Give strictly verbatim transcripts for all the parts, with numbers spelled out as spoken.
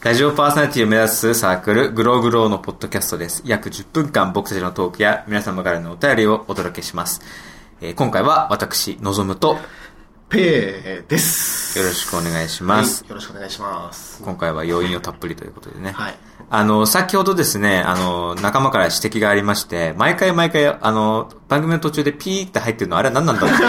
ラジオパーソナリティを目指すサークルグローグローのポッドキャストです。約じゅっぷんかん僕たちのトークや皆様からのお便りをお届けします。えー、今回は私のぞむとペーです。 よろしくお願いします、 はい、よろしくお願いします。 今回は要因をたっぷりということでね、 はい、 あの先ほどですね、あの仲間から指摘がありまして、毎回毎回あの番組の途中でピーって入ってるのあれは何なんだろう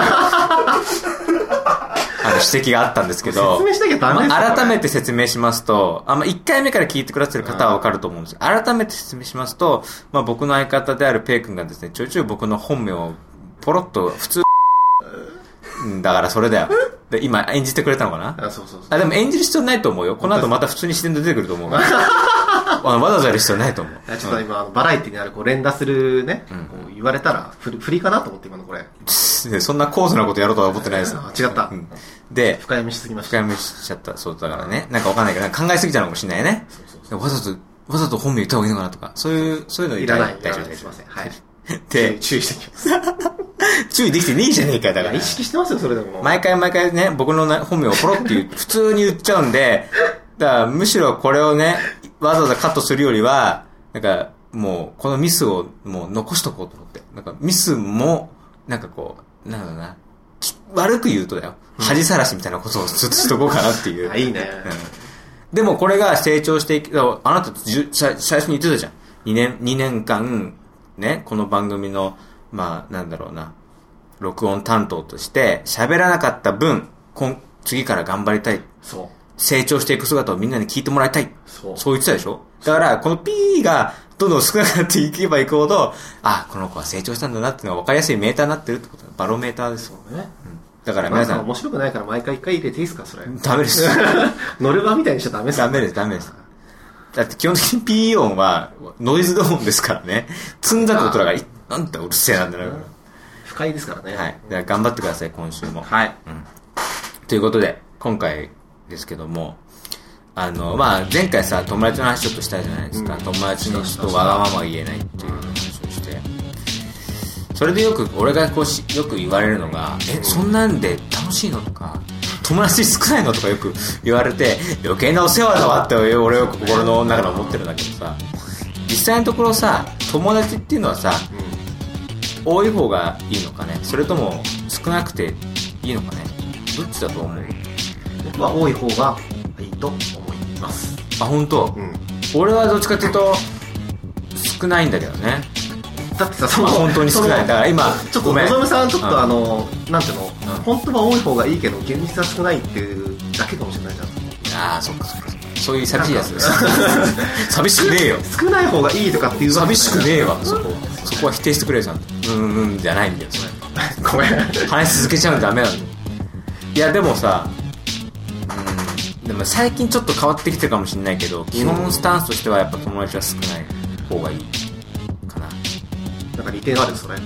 あの指摘があったんですけど、 説明しなきゃダメですよ、 まあ、改めて説明しますと、あ、まあ、いっかいめから聞いてくださってる方はわかると思うんですけど、改めて説明しますと、まあ、僕の相方であるペイ君がですね、ちょいちょい僕の本名をポロッと普通だからそれだよ。で、今演じてくれたのかな。 あ、そうそうそう。 あ、でも演じる必要ないと思うよ。この後また普通に自然と出てくると思う。あのわざわざやる必要ないと思う。 ちょっと今、うん、あのバラエティにあるこう連打するね、うん、こう言われたら振りかなと思って今のこれ。 そんな高素なことやろうとは思ってないです。 違った。うん、 で、 深読みしすぎました。 深読みしちゃった。そうだからね。なんかわかんないけど、考えすぎたのかもしれないね。そうそうそう。わざと、わざと本名言った方がいいのかなとか、そういう、そういうのいらない。 大丈夫です。 すいません。はい。 で、 注意してきます。 注意できてねえじゃねえかよ、だから。 意識してますよ、それでも。 毎回毎回ね、僕の本名をポロって言う、普通に言っちゃうんで、だからむしろこれをね、わざわざカットするよりは、なんか、もう、このミスをもう残しとこうと思って。なんか、ミスも、なんかこう、なんだろうな、悪く言うとだよ。恥さらしみたいなことをずっとしとこうかなっていう。 あ、いいね。 うん。でもこれが成長していく、あなた最初に言ってたじゃん。にねん、にねんかん、ね、この番組の、まあ、なんだろうな、録音担当として喋らなかった分、今次から頑張りたい。 そう。 成長していく姿をみんなに聞いてもらいたい。 そう。 そう言ってたでしょ。だから、この P がどんどん少なくなっていけばいくほど、あ、この子は成長したんだなっていうのが分かりやすいメーターになってるってことだ。バロメーターですよね。うん。だから皆さん。 面白くないから毎回一回入れていいですか、それ。 ダメです。 ノルマみたいにしちゃダメです。 ダメです、ダメです。だって基本的に P 音はノイズド音ですからね。積んだことだから、なんてうるせえなんだよ。 不快ですからね。 はい。だから頑張ってください、今週も。 はい。 うん。ということで、今回ですけども、あの、まあ、前回さ、友達の話ちょっとしたじゃないですか。うん、友達にちょっとわがまま言えないっていう話をして。それでよく、俺がこうし、よく言われるのが、え、そんなんで楽しいのとか、友達少ないのとかよく言われて、余計なお世話だわって俺は心の中で思ってるんだけどさ、実際のところさ、友達っていうのはさ、うん、多い方がいいのかね、それとも少なくていいのかね、どっちだと思う？ 僕は多い方がいいと思います。 あ、本当？うん。俺はどっちかっていうと少ないんだけどね。 だってさ、その本当に少ない。だから今ちょっとのぞむさんちょっと、うん、あのなんていうの、うん、本当は多い方がいいけど現実は少ないっていうだけかもしれないじゃん。 ああ、そっかそっか。そういう寂しいやつです。寂しくねえよ。 少ない方がいいとかっていう寂しくねえわ。そこそこは否定してくれよ、ちゃんと。うんうんじゃないんだよ。それごめん。 話し続けちゃうんだダメなんだよ。いやでもさ、うん、でも最近ちょっと変わってきてるかもしれないけど、基本スタンスとしてはやっぱ友達は少ない方がいいかな。 なんか利点あるそれ。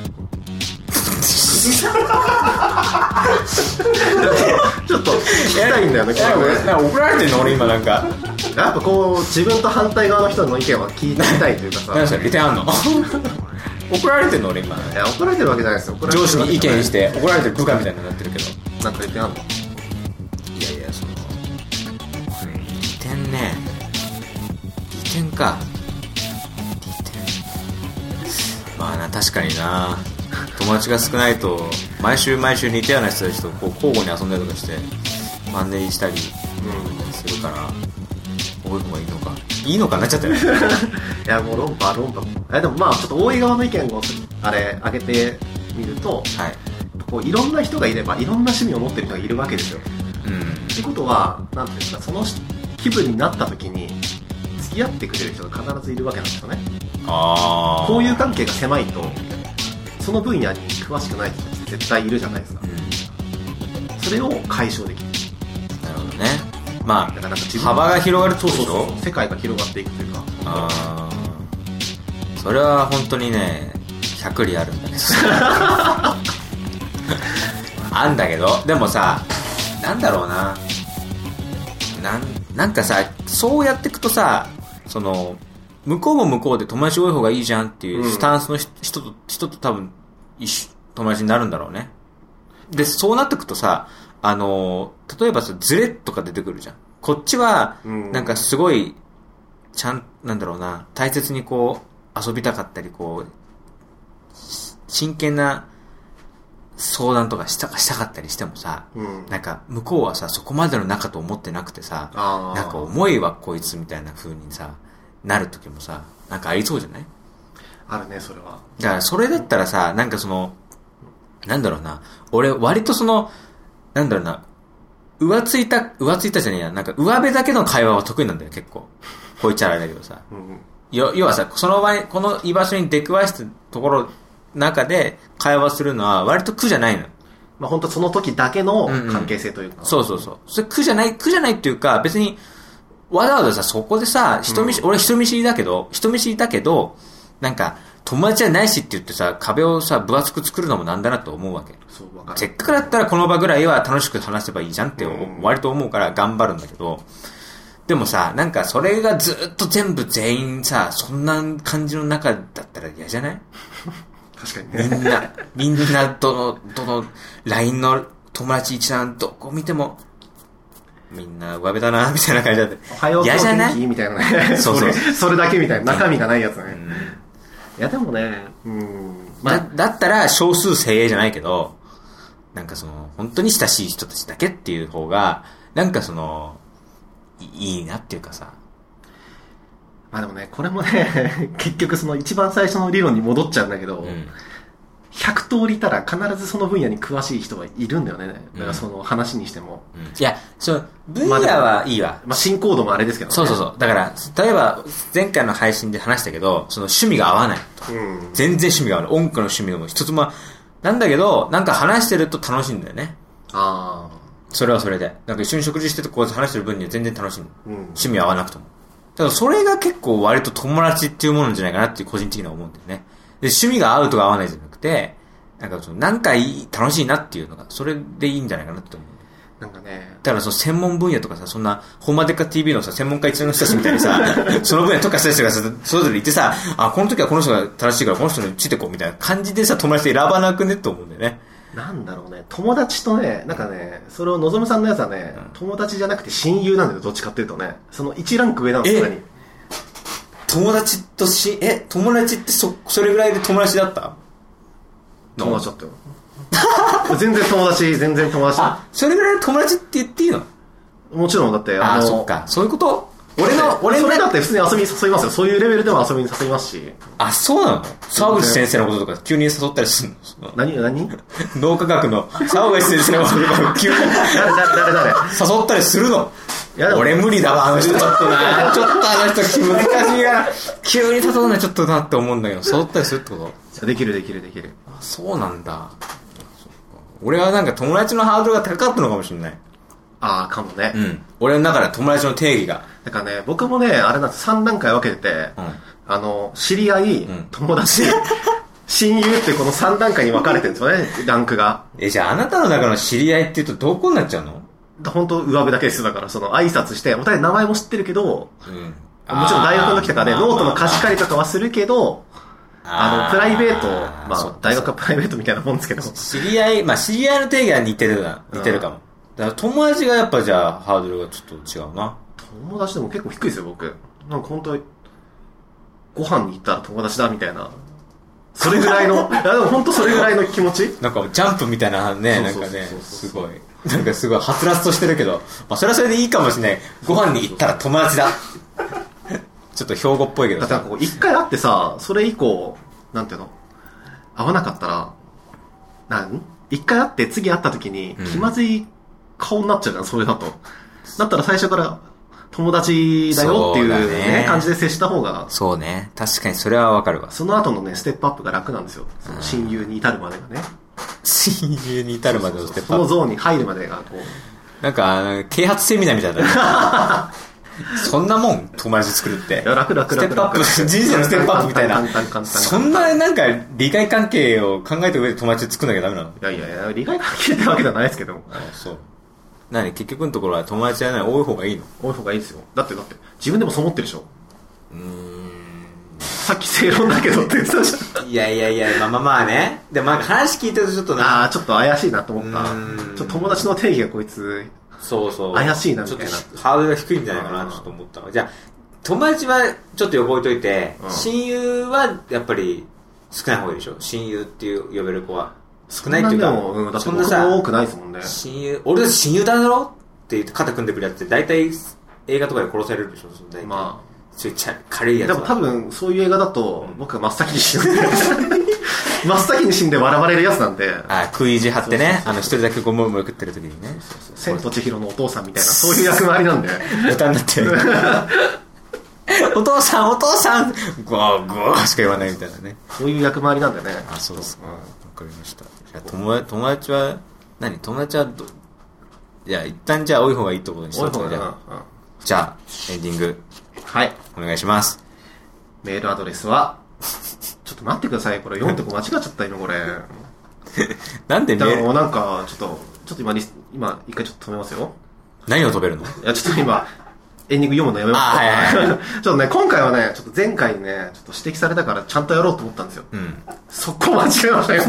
ちょっと聞きたいんだよね。 なんか怒られてんの俺今なんか。 やっぱこう自分と反対側の人の意見は聞いてみたいというかさ。 何それ利点あんの？怒られてんの俺今。 いや怒られてるわけじゃないですよ。 上司に意見して怒られてる部下みたいになってるけど。 なんか利点あんの？ いやいやその利点ね。利点か。利点。まあな確かにな。友達が少ないと毎週毎週似たような人たちとこう交互に遊んだりとかしてマンネリしたりするから、多い方がいいのかいいのかなっちゃったよね。 いやもう論破論破。えでもまあちょっと多い側の意見をあれ上げてみると、はい、こういろんな人がいればいろんな趣味を持ってる人がいるわけですよ。うん、ってことはなんていうんですか、その気分になった時に付き合ってくれる人が必ずいるわけなんですよね。ああ。交友関係が狭いとその分野に詳しくない人たちって絶対いるじゃないですか、うん、それを解消できる。 なるほどね。まあだからなんか自分幅が広がるってことでしょ。そうそうそう、 世界が広がっていくというか。 あー、それは本当にねひゃくりあるんだけどあんだけどでもさ、なんだろうな、なんなんかさ、そうやっていくとさ、その向こうも向こうで友達多い方がいいじゃんっていうスタンスの人と、うん、人と多分一緒友達になるんだろうね。でそうなってくとさ、あの例えばさズレとか出てくるじゃん。 こっちはなんかすごいちゃんなんだろうな大切にこう遊びたかったりこう真剣な相談とかしたかしたかったりしてもさ、うん、なんか向こうはさそこまでの仲と思ってなくてさ、なんか重いわこいつみたいな風にさなる時もさなんかありそうじゃない？ あるねそれは。 だからそれだったらさなんかそのなんだろうな俺割とそのなんだろうな浮ついた浮ついたじゃねえやなんか上辺だけの会話は得意なんだよ結構こう言っちゃあれだけどさ、うん、要はさその場にこの居場所に出くわしたところ中で会話するのは割と苦じゃないの。 まあ本当その時だけの関係性というか、 うんうん、そうそうそうそれ苦じゃない苦じゃないっていうか別にわざわざさそこでさ人見知、うん、俺人見知りだけど人見知りだけどなんか友達じゃないしって言ってさ壁をさ分厚く作るのもなんだなと思うわけ。 そうわかる。 せっかくだったらこの場ぐらいは楽しく話せばいいじゃんって割と思うから頑張るんだけど、でもさなんかそれがずっと全部全員さそんな感じの中だったら嫌じゃない？ 確かにね。 みんなみんなどのどの ライン の友達一覧どこ見てもみんな上辺だなみたいな感じだっておはよう今日元気みたいなね。 そうそうそれそれだけみたいな中身がないやつね、うん、いやでもねうん、 まあ、だ, だったら少数精鋭じゃないけどなんかその本当に親しい人たちだけっていう方がなんかそのいいなっていうかさ。 まあでもねこれもね結局その一番最初の理論に戻っちゃうんだけど、うん、ひゃく通りいたら必ずその分野に詳しい人はいるんだよね。だからその話にしても、 うん、いやその分野はいいわ、 まあ、進行度もあれですけどね。 そうそうそうだから例えば前回の配信で話したけどその趣味が合わないと、うん、全然趣味が合わない音楽の趣味でも一つもなんだけどなんか話してると楽しいんだよね。 ああそれはそれでなんか一緒に食事しててこう話してる分には全然楽しい、うん、趣味合わなくともだからそれが結構割と友達っていうものじゃないかなっていう個人的には思うんだよね。で趣味が合うとか合わないじゃなくてなんかそのなんかいい楽しいなっていうのがそれでいいんじゃないかなって思う。 なんかねだからその専門分野とかさそんなホンマデカ ティーブイ のさ専門家一覧の人たちみたいにさその分野特化した人がさそれぞれ言ってさあこの時はこの人が正しいからこの人についてこうみたいな感じでさ友達で選ばなくねって思うんだよね。 なんだろうね友達とねなんかねそれをのぞむさんのやつはね、うん、友達じゃなくて親友なんだよどっちかっていうとねそのいちランク上なんですよ。 友達としえ友達ってそそれぐらいで友達だった？ 友達だったよ全然友達全然友達。 あそれぐらいで友達って言っていいの？ もちろんだってああそっかそういうこと俺の俺それだって普通に遊びに誘いますよ。そういうレベルでも遊びに誘いますし。 あそうなの？沢口先生のこととか急に誘ったりするの？ 何何脳科学の沢口先生のこととか急に誰誰誰誘ったりするの？いや俺無理だわあの人ちょっとなちょっとあの人難しいから急に誘うのはちょっとなって思うんだけど誘ったりするってこと？ できるできるできる。 あそうなんだ。俺はなんか友達のハードルが高かったのかもしれない。 ああかもね。 うん俺の中で友達の定義がだからね僕もねあれなんてさん段階分けてて、うん、あの知り合い、うん、友達親友ってこのさん段階に分かれてるんですよねランクが。 えじゃああなたの中の知り合いって言うとどこになっちゃうの？ 本当上辺だけですよ。だからその挨拶してお互い名前も知ってるけど、うん、もちろん大学の時とかねノートの貸し借りとかはするけどあのプライベートまあ大学はプライベートみたいなもんですけど知り合いまあ知り合いの定義は似てるな似てるかも、うん、だから友達がやっぱじゃあハードルがちょっと違うな。 友達でも結構低いですよ僕。なんか本当ご飯に行ったら友達だみたいなそれぐらいのいやでも本当それぐらいの気持ちなんかジャンプみたいなねなんかねすごいなんかすごいはつらつとしてるけど、まあ、それはそれでいいかもしれない。ご飯に行ったら友達だちょっと標語っぽいけどだから一回会ってさそれ以降なんていうの会わなかったらなん一回会って次会った時に気まずい顔になっちゃうじゃん、うん、それだとだったら最初から友達だよっていう ね, ね感じで接した方がそうね確かにそれはわかるわ。 その後のねステップアップが楽なんですよ。その親友に至るまでがね親友に至るまでのステップアップそのゾーンに入るまでがこうなんか啓発セミナーみたいなそんなもん友達作るっていや楽楽楽ステップアップ人生のステップアップみたいなそんななんか理解関係を考えた上で友達作んなきゃダメなの？ いやいやいや理解関係ってわけではないですけどあそう何結局のところは友達じゃない多い方がいいの？ 多い方がいいですよ。だってだって自分でもそう思ってるでしょ。うーんさっき正論だけどって言ってたじゃん。 いやいやいやまあまあまあねでもなんか話聞いてるとちょっとなああちょっと怪しいなと思った。ちょっと友達の定義がこいつそうそう怪しいなみたいな。 ちょっとハードルが低いんじゃないかなちょっと思ったの。じゃあ友達はちょっと覚えといて、うん、親友はやっぱり少ない方がいいでしょ。親友っていう呼べる子は少ないっていうか、 うん、だって僕も多くないですもんね。 親友、俺だって親友だろって言って肩組んでくるやつって大体映画とかで殺されるでしょ。そのまあそういう軽いやつ。 でも多分そういう映画だと僕が真っ先に死ぬ真っ先に死んで笑われるやつなんで。 あ、食い意地張ってね、あの一人だけゴムム食ってる時にね。 千と千尋のお父さんみたいなそういう役回りなんで。 歌になってる。お父さんお父さんゴーゴーしか言わないみたいなね。 そういう役回りなんでね。 あ、そうですか。わ、うん、かりました。じゃあ友達友達は何？友達はどいや一旦じゃあ多い方がいいってことにしとくか。じゃあ、うん、じゃあエンディング。 はい。 お願いします。 メールアドレスは、ちょっと待ってください。これ読んでこ間違っちゃった今これ。 なんでメール？ もうなんか、ちょっと、ちょっと今、今、一回ちょっと止めますよ。 何を止めるの？いや、ちょっと今、エンディング読むのやめます。 あ、はいはいはい。 ちょっとね、今回はね、ちょっと前回にね、ちょっと指摘されたからちゃんとやろうと思ったんですよ。うん。そこ間違えましたよ。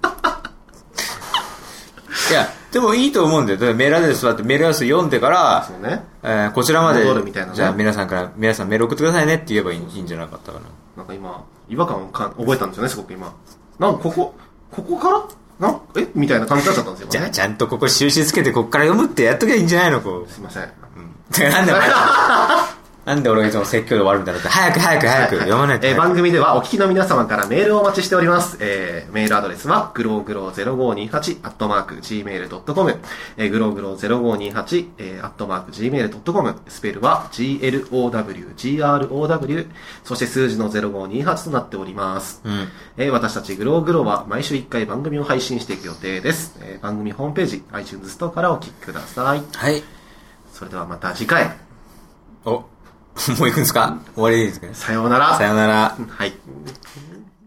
いや、でもいいと思うんだよ。メールアドレスはってメールアドレス読んでから、そうね、えー、こちらまで、ね、じゃあ皆さんから、皆さんメール送ってくださいねって言えばいい、いいんじゃなかったかな。 なんか今、違和感をか覚えたんですよね、すごく今。なんかここ、ここからなんえみたいな感じになっちゃったんですよ。 じゃあちゃんとここ印つけてここから読むってやっときゃいいんじゃないのこう。 すいません。うん。 なんでなんで俺がいつも説教で終わるんだろうって。早く早く早く読まないと。 えー、番組ではお聞きの皆様からメールをお待ちしております。えー、メールアドレスは、グローグローゼロごにはち、アットマーク、ジーメールドットコム、えー、グローグローゼロごにはち、えー、アットマーク、ジーメールドットコム、スペルは、ジーエルオーダブリュー、ジーアールオーダブリュー、そして数字のゼロごにはちとなっております。うん、えー、私たちグローグローは毎週いっかい番組を配信していく予定です。えー、番組ホームページ、iTunes ストアからお聞きください。 はい。 それではまた次回。 おもう行くんですか？終わりですか？ さようなら。 さようなら。 はい。